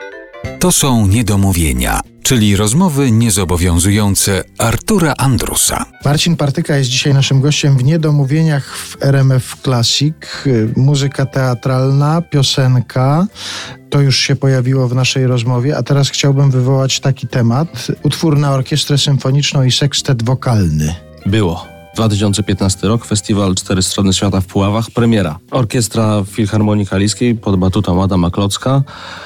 To są niedomówienia, czyli rozmowy niezobowiązujące Artura Andrusa. Marcin Partyka jest dzisiaj naszym gościem w Niedomówieniach w RMF Classic. Muzyka teatralna, piosenka. To już się pojawiło w naszej rozmowie, a teraz chciałbym wywołać taki temat. Utwór na orkiestrę symfoniczną i sekstet wokalny. Było. 2015 rok, festiwal 4 Strony Świata w Puławach, premiera. Orkiestra Filharmonii Kaliskiej pod batutą Adama Klocka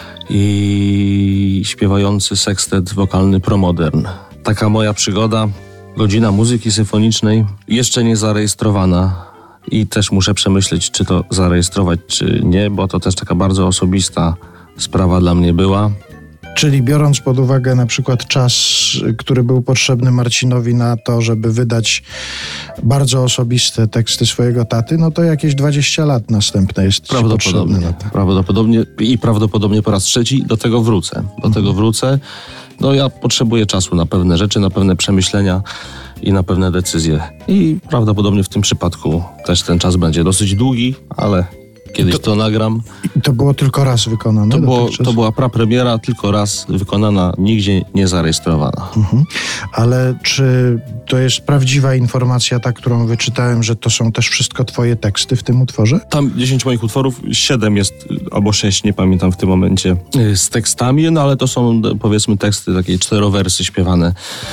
i śpiewający sekstet wokalny Promodern. Taka moja przygoda, godzina muzyki symfonicznej, jeszcze nie zarejestrowana i też muszę przemyśleć, czy to zarejestrować, czy nie, bo to też taka bardzo osobista sprawa dla mnie była. Czyli biorąc pod uwagę na przykład czas, który był potrzebny Marcinowi na to, żeby wydać bardzo osobiste teksty swojego taty, no to jakieś 20 lat następne jest potrzebne na to. Prawdopodobnie po raz trzeci do tego wrócę. No ja potrzebuję czasu na pewne rzeczy, na pewne przemyślenia i na pewne decyzje. I prawdopodobnie w tym przypadku też ten czas będzie dosyć długi, ale kiedyś to nagram. I to było tylko raz wykonane? To była prapremiera, tylko raz wykonana, nigdzie nie zarejestrowana. Ale czy to jest prawdziwa informacja, ta, którą wyczytałem, że to są też wszystko twoje teksty w tym utworze? Tam 10 moich utworów, 7 jest, albo 6, nie pamiętam w tym momencie, z tekstami, no ale to są, powiedzmy, teksty, takie 4-wersy śpiewane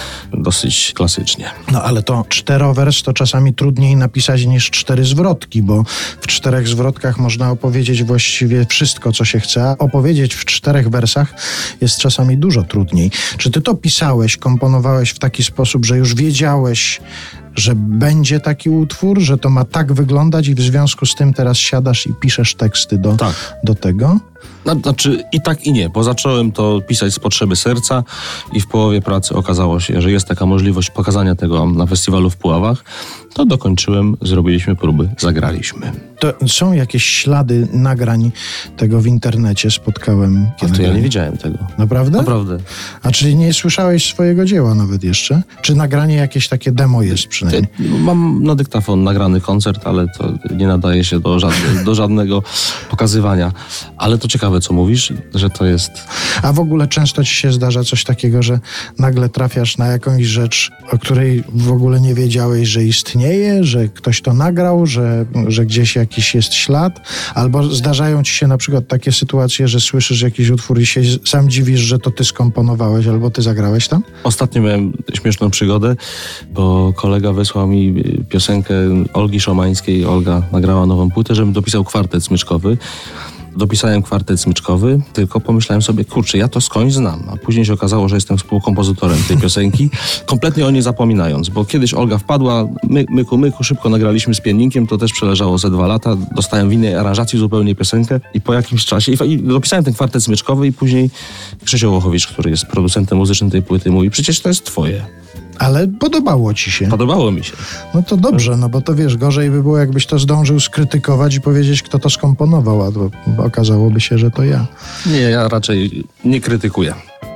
dosyć klasycznie. No ale to 4-wers to czasami trudniej napisać niż 4 zwrotki, bo w 4 zwrotkach można opowiedzieć właściwie wszystko, co się chce, a opowiedzieć w 4 wersach jest czasami dużo trudniej. Czy ty to pisałeś, komponowałeś w taki sposób, że już wiedziałeś, że będzie taki utwór, że to ma tak wyglądać i w związku z tym teraz siadasz i piszesz teksty do tego? Znaczy i tak i nie, bo zacząłem to pisać z potrzeby serca i w połowie pracy okazało się, że jest taka możliwość pokazania tego na festiwalu w Puławach. To dokończyłem, zrobiliśmy próby, zagraliśmy. To są jakieś ślady nagrań tego w internecie, spotkałem. To ja nie widziałem tego. Naprawdę? Naprawdę. A czyli nie słyszałeś swojego dzieła nawet jeszcze? Czy nagranie jakieś takie demo jest przynajmniej? Mam na dyktafon nagrany koncert, ale to nie nadaje się do żadnego pokazywania. Ale to ciekawe, co mówisz, że to jest... A w ogóle często ci się zdarza coś takiego, że nagle trafiasz na jakąś rzecz, o której w ogóle nie wiedziałeś, że istnieje, że ktoś to nagrał, że gdzieś jakiś jest ślad, albo zdarzają ci się na przykład takie sytuacje, że słyszysz jakiś utwór i się sam dziwisz, że to ty skomponowałeś albo ty zagrałeś tam? Ostatnio miałem śmieszną przygodę, bo kolega wysłał mi piosenkę Olgi Szomańskiej. Olga nagrała nową płytę, żebym dopisał kwartet smyczkowy. Dopisałem kwartet smyczkowy, tylko pomyślałem sobie, kurczę, ja to skądś znam. A później się okazało, że jestem współkompozytorem tej piosenki, kompletnie o niej zapominając, bo kiedyś Olga wpadła, myku, szybko nagraliśmy z pianninkiem, to też przeleżało ze 2 lata, dostałem w innej aranżacji zupełnie piosenkę i po jakimś czasie, i dopisałem ten kwartet smyczkowy i później Krzysiu Łochowicz, który jest producentem muzycznym tej płyty, mówi, przecież to jest twoje. Ale podobało ci się. Podobało mi się. No to dobrze, no bo to wiesz, gorzej by było, jakbyś to zdążył skrytykować i powiedzieć, kto to skomponował, a to okazałoby się, że to ja. Nie, ja raczej nie krytykuję.